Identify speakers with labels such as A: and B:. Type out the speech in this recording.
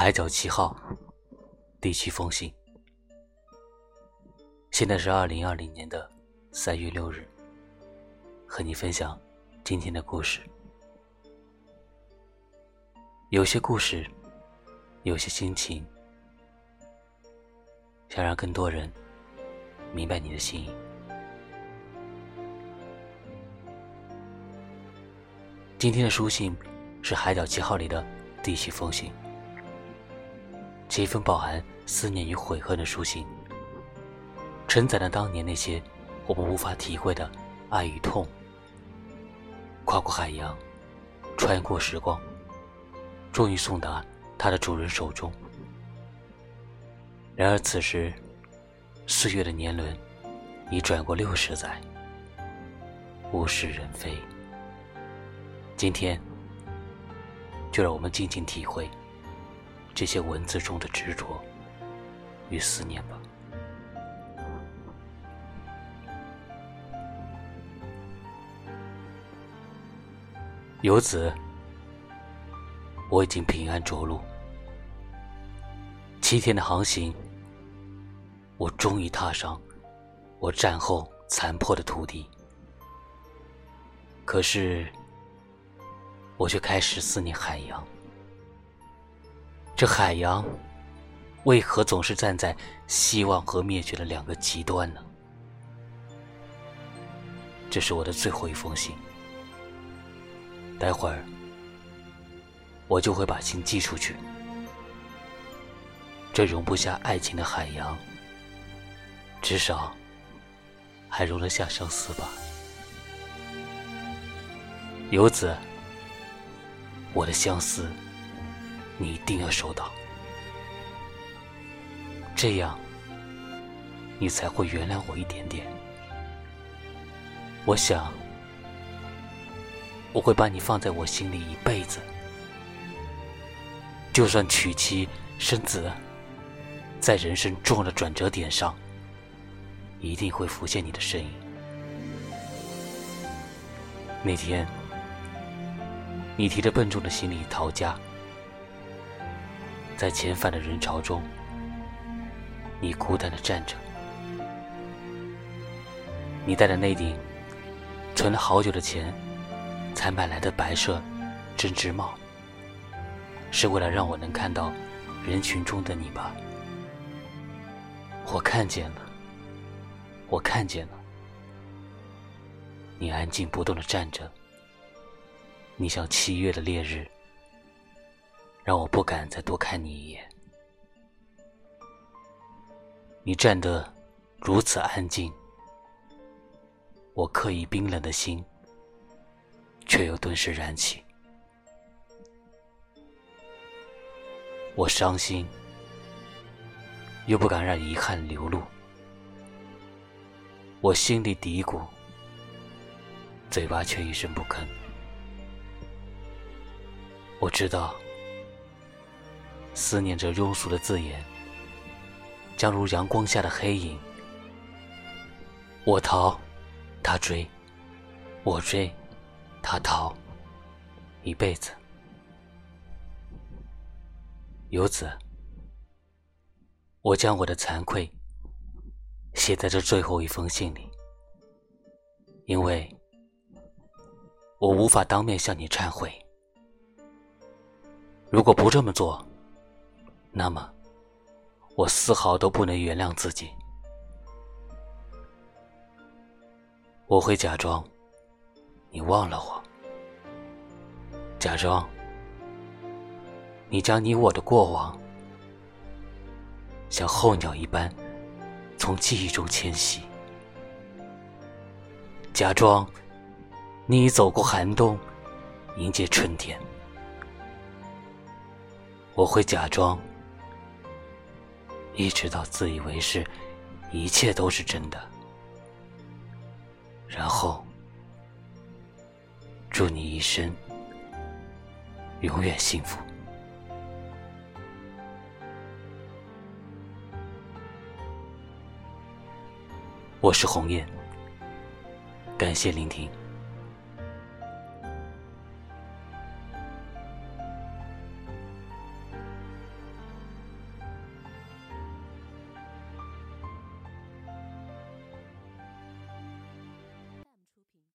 A: 海角7号第7封信。现在是2020年的3月6日，和你分享今天的故事。有些故事，有些心情，想让更多人明白你的心意。今天的书信是海角7号里的第7封信，这一封饱含思念与悔恨的书信，承载了当年那些我们无法体会的爱与痛。跨过海洋，穿过时光，终于送达它的主人手中。然而此时，岁月的年轮已转过60载，物是人非。今天就让我们静静体会这些文字中的执着与思念吧。游子，我已经平安着陆，7天的航行，我终于踏上我战后残破的土地。可是我却开始思念海洋，这海洋为何总是站在希望和灭绝的2个极端呢？这是我的最后一封信，待会儿我就会把信寄出去。这容不下爱情的海洋，至少还容得下相思吧。游子，我的相思你一定要收到，这样你才会原谅我一点点。我想我会把你放在我心里一辈子，就算娶妻生子，在人生重要的转折点上一定会浮现你的身影。那天你提着笨重的行李逃家，在遣返的人潮中，你孤单地站着。你戴的那顶存了好久的钱才买来的白色针织帽，是为了让我能看到人群中的你吧？我看见了，我看见了。你安静不动地站着，你像7月的烈日，让我不敢再多看你一眼。你站得如此安静，我刻意冰冷的心却又顿时燃起。我伤心，又不敢让遗憾流露。我心里嘀咕，嘴巴却一声不吭。我知道，思念这庸俗的字眼，将如阳光下的黑影。我逃，他追；我追，他逃，一辈子。游子，我将我的惭愧写在这最后一封信里，因为我无法当面向你忏悔。如果不这么做，那么我丝毫都不能原谅自己。我会假装你忘了我，假装你将你我的过往像候鸟一般从记忆中迁徙，假装你已走过寒冬，迎接春天。我会假装一直到自以为是，一切都是真的，然后祝你一生永远幸福。我是鸿雁，感谢聆听。